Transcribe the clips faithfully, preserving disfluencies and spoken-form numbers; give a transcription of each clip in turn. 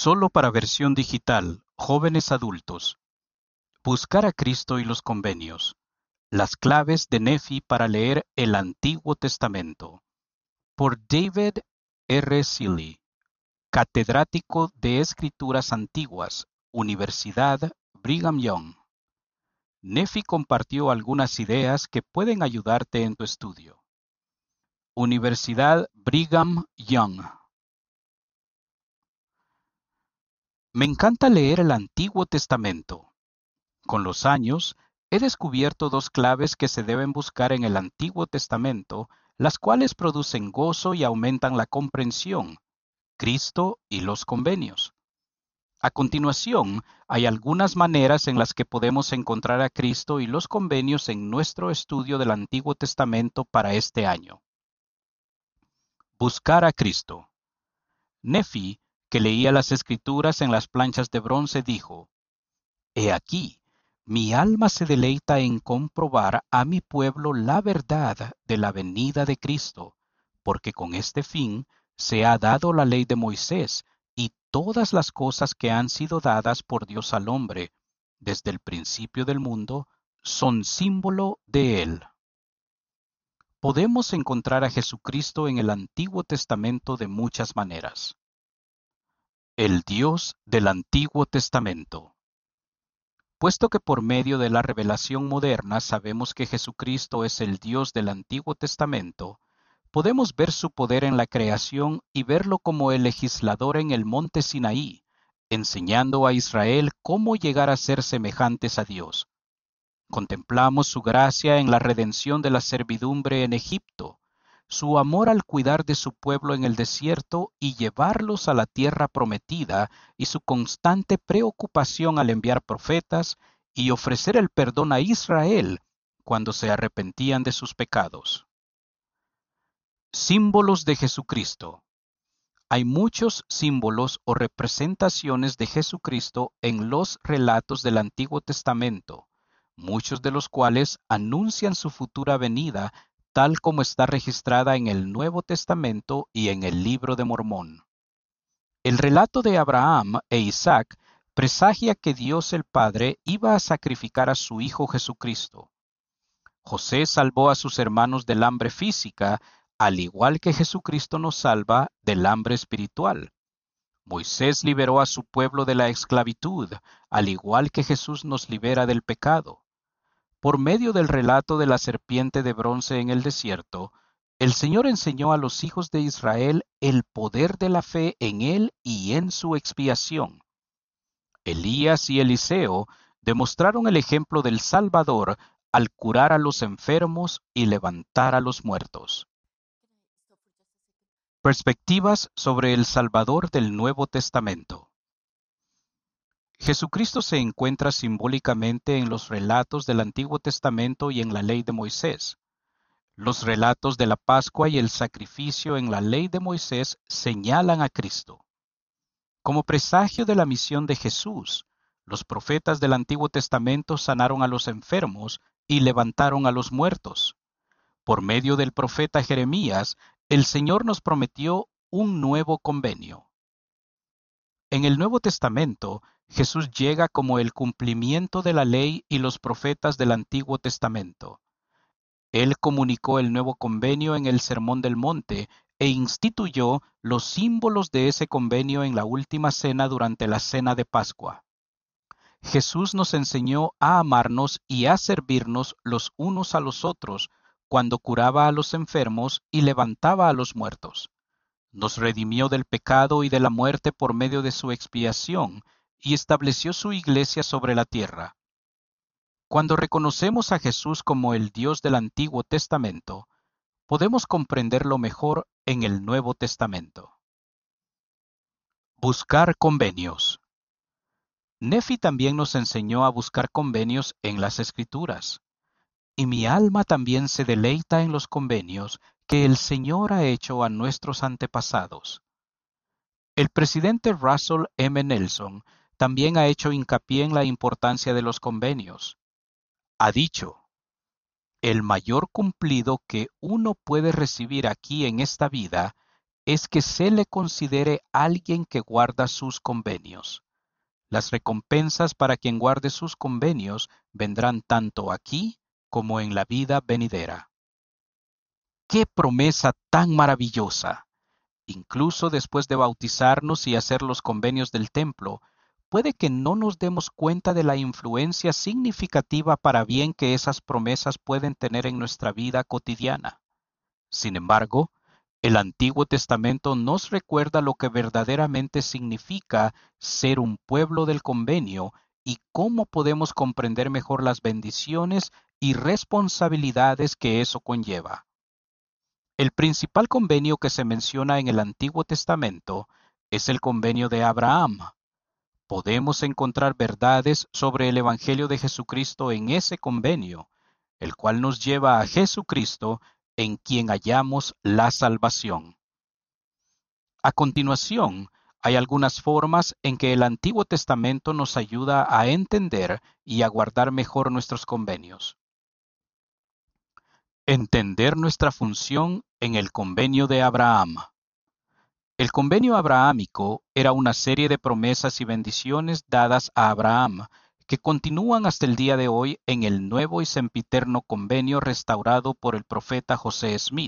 Solo para versión digital, jóvenes adultos. Buscar a Cristo y los convenios. Las claves de Nefi para leer el Antiguo Testamento. Por David R. Seeley, catedrático de Escrituras Antiguas, Universidad Brigham Young. Nefi compartió algunas ideas que pueden ayudarte en tu estudio. Universidad Brigham Young. Me encanta leer el Antiguo Testamento. Con los años, he descubierto dos claves que se deben buscar en el Antiguo Testamento, las cuales producen gozo y aumentan la comprensión: Cristo y los convenios. A continuación, hay algunas maneras en las que podemos encontrar a Cristo y los convenios en nuestro estudio del Antiguo Testamento para este año. Buscar a Cristo. Nefi, que leía las Escrituras en las planchas de bronce, dijo: He aquí, mi alma se deleita en comprobar a mi pueblo la verdad de la venida de Cristo, porque con este fin se ha dado la ley de Moisés y todas las cosas que han sido dadas por Dios al hombre, desde el principio del mundo, son símbolo de él. Podemos encontrar a Jesucristo en el Antiguo Testamento de muchas maneras. El Dios del Antiguo Testamento. Puesto que por medio de la revelación moderna sabemos que Jesucristo es el Dios del Antiguo Testamento, podemos ver su poder en la creación y verlo como el legislador en el monte Sinaí, enseñando a Israel cómo llegar a ser semejantes a Dios. Contemplamos su gracia en la redención de la servidumbre en Egipto, su amor al cuidar de su pueblo en el desierto y llevarlos a la tierra prometida, y su constante preocupación al enviar profetas y ofrecer el perdón a Israel cuando se arrepentían de sus pecados. Símbolos de Jesucristo. Hay muchos símbolos o representaciones de Jesucristo en los relatos del Antiguo Testamento, muchos de los cuales anuncian su futura venida, tal como está registrada en el Nuevo Testamento y en el Libro de Mormón. El relato de Abraham e Isaac presagia que Dios el Padre iba a sacrificar a su Hijo Jesucristo. José salvó a sus hermanos del hambre física, al igual que Jesucristo nos salva del hambre espiritual. Moisés liberó a su pueblo de la esclavitud, al igual que Jesús nos libera del pecado. Por medio del relato de la serpiente de bronce en el desierto, el Señor enseñó a los hijos de Israel el poder de la fe en Él y en su expiación. Elías y Eliseo demostraron el ejemplo del Salvador al curar a los enfermos y levantar a los muertos. Perspectivas sobre el Salvador del Nuevo Testamento. Jesucristo se encuentra simbólicamente en los relatos del Antiguo Testamento y en la ley de Moisés. Los relatos de la Pascua y el sacrificio en la ley de Moisés señalan a Cristo. Como presagio de la misión de Jesús, los profetas del Antiguo Testamento sanaron a los enfermos y levantaron a los muertos. Por medio del profeta Jeremías, el Señor nos prometió un nuevo convenio. En el Nuevo Testamento, Jesús llega como el cumplimiento de la ley y los profetas del Antiguo Testamento. Él comunicó el nuevo convenio en el Sermón del Monte e instituyó los símbolos de ese convenio en la última cena durante la cena de Pascua. Jesús nos enseñó a amarnos y a servirnos los unos a los otros cuando curaba a los enfermos y levantaba a los muertos. Nos redimió del pecado y de la muerte por medio de su expiación y estableció su iglesia sobre la tierra. Cuando reconocemos a Jesús como el Dios del Antiguo Testamento, podemos comprenderlo mejor en el Nuevo Testamento. Buscar convenios. Nefi también nos enseñó a buscar convenios en las Escrituras. Y mi alma también se deleita en los convenios que el Señor ha hecho a nuestros antepasados. El presidente Russell M. Nelson también ha hecho hincapié en la importancia de los convenios. Ha dicho: el mayor cumplido que uno puede recibir aquí en esta vida es que se le considere alguien que guarda sus convenios. Las recompensas para quien guarde sus convenios vendrán tanto aquí como en la vida venidera. ¡Qué promesa tan maravillosa! Incluso después de bautizarnos y hacer los convenios del templo, puede que no nos demos cuenta de la influencia significativa para bien que esas promesas pueden tener en nuestra vida cotidiana. Sin embargo, el Antiguo Testamento nos recuerda lo que verdaderamente significa ser un pueblo del convenio y cómo podemos comprender mejor las bendiciones y responsabilidades que eso conlleva. El principal convenio que se menciona en el Antiguo Testamento es el convenio de Abraham. Podemos encontrar verdades sobre el Evangelio de Jesucristo en ese convenio, el cual nos lleva a Jesucristo, en quien hallamos la salvación. A continuación, hay algunas formas en que el Antiguo Testamento nos ayuda a entender y a guardar mejor nuestros convenios. Entender nuestra función en el convenio de Abraham. El convenio abrahámico era una serie de promesas y bendiciones dadas a Abraham que continúan hasta el día de hoy en el nuevo y sempiterno convenio restaurado por el profeta José Smith.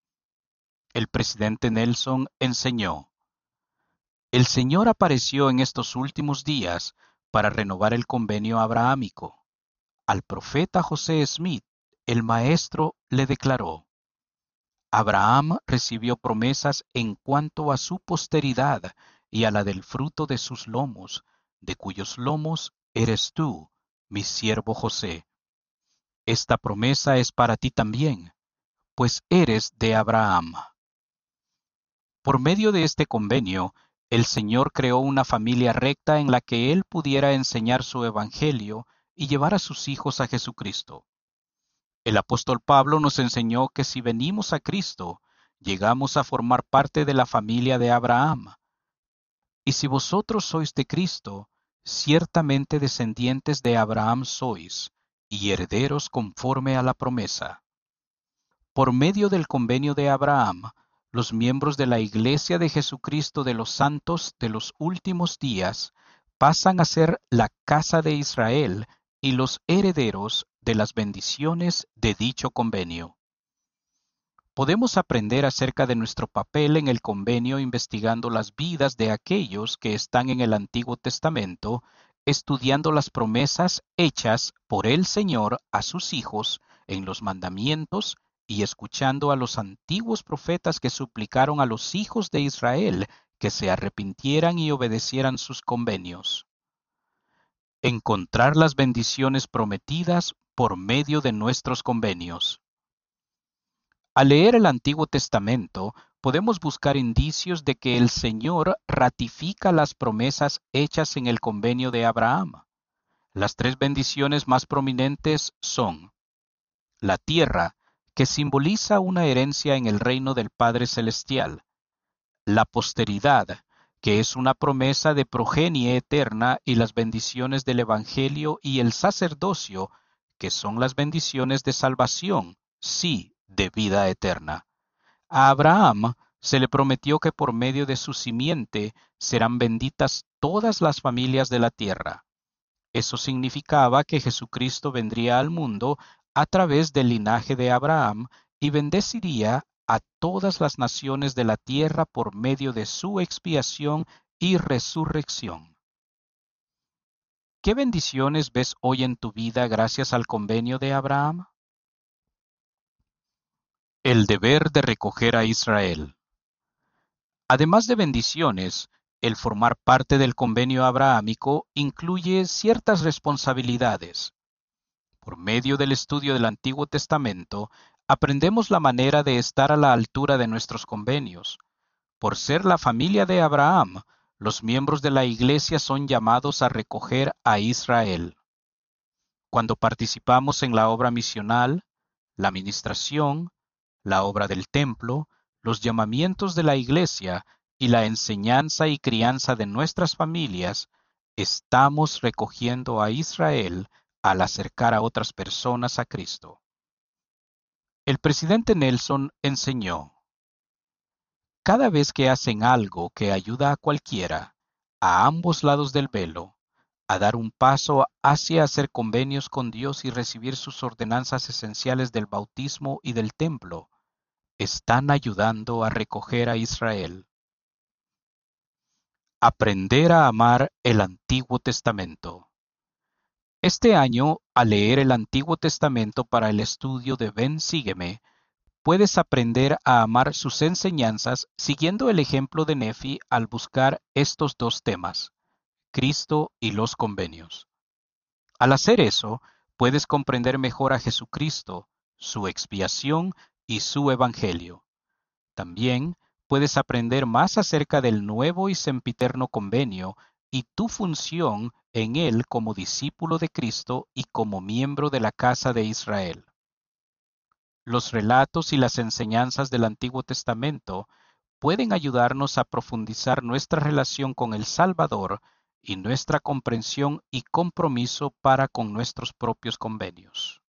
El presidente Nelson enseñó: el Señor apareció en estos últimos días para renovar el convenio abrahámico. Al profeta José Smith, el maestro le declaró: Abraham recibió promesas en cuanto a su posteridad y a la del fruto de sus lomos, de cuyos lomos eres tú, mi siervo José. Esta promesa es para ti también, pues eres de Abraham. Por medio de este convenio, el Señor creó una familia recta en la que Él pudiera enseñar su evangelio y llevar a sus hijos a Jesucristo. El apóstol Pablo nos enseñó que si venimos a Cristo, llegamos a formar parte de la familia de Abraham. Y si vosotros sois de Cristo, ciertamente descendientes de Abraham sois, y herederos conforme a la promesa. Por medio del convenio de Abraham, los miembros de la Iglesia de Jesucristo de los Santos de los últimos días pasan a ser la casa de Israel y los herederos de las bendiciones de dicho convenio. Podemos aprender acerca de nuestro papel en el convenio investigando las vidas de aquellos que están en el Antiguo Testamento, estudiando las promesas hechas por el Señor a sus hijos en los mandamientos y escuchando a los antiguos profetas que suplicaron a los hijos de Israel que se arrepintieran y obedecieran sus convenios. Encontrar las bendiciones prometidas por medio de nuestros convenios. Al leer el Antiguo Testamento, podemos buscar indicios de que el Señor ratifica las promesas hechas en el convenio de Abraham. Las tres bendiciones más prominentes son: la tierra, que simboliza una herencia en el reino del Padre Celestial; la posteridad, que es una promesa de progenie eterna y las bendiciones del Evangelio; y el sacerdocio, que son las bendiciones de salvación, sí, de vida eterna. A Abraham se le prometió que por medio de su simiente serán benditas todas las familias de la tierra. Eso significaba que Jesucristo vendría al mundo a través del linaje de Abraham y bendeciría a todas las naciones de la tierra por medio de su expiación y resurrección. ¿Qué bendiciones ves hoy en tu vida gracias al convenio de Abraham? El deber de recoger a Israel. Además de bendiciones, el formar parte del convenio abrahámico incluye ciertas responsabilidades. Por medio del estudio del Antiguo Testamento, aprendemos la manera de estar a la altura de nuestros convenios. Por ser la familia de Abraham, los miembros de la Iglesia son llamados a recoger a Israel. Cuando participamos en la obra misional, la administración, la obra del templo, los llamamientos de la Iglesia y la enseñanza y crianza de nuestras familias, estamos recogiendo a Israel al acercar a otras personas a Cristo. El presidente Nelson enseñó: Cada vez que hacen algo que ayuda a cualquiera, a ambos lados del velo, a dar un paso hacia hacer convenios con Dios y recibir sus ordenanzas esenciales del bautismo y del templo, están ayudando a recoger a Israel. Aprender a amar el Antiguo Testamento. Este año, al leer el Antiguo Testamento para el estudio de Ven Sígueme, puedes aprender a amar sus enseñanzas siguiendo el ejemplo de Nefi al buscar estos dos temas, Cristo y los convenios. Al hacer eso, puedes comprender mejor a Jesucristo, su expiación y su evangelio. También puedes aprender más acerca del nuevo y sempiterno convenio y tu función en él como discípulo de Cristo y como miembro de la casa de Israel. Los relatos y las enseñanzas del Antiguo Testamento pueden ayudarnos a profundizar nuestra relación con el Salvador y nuestra comprensión y compromiso para con nuestros propios convenios.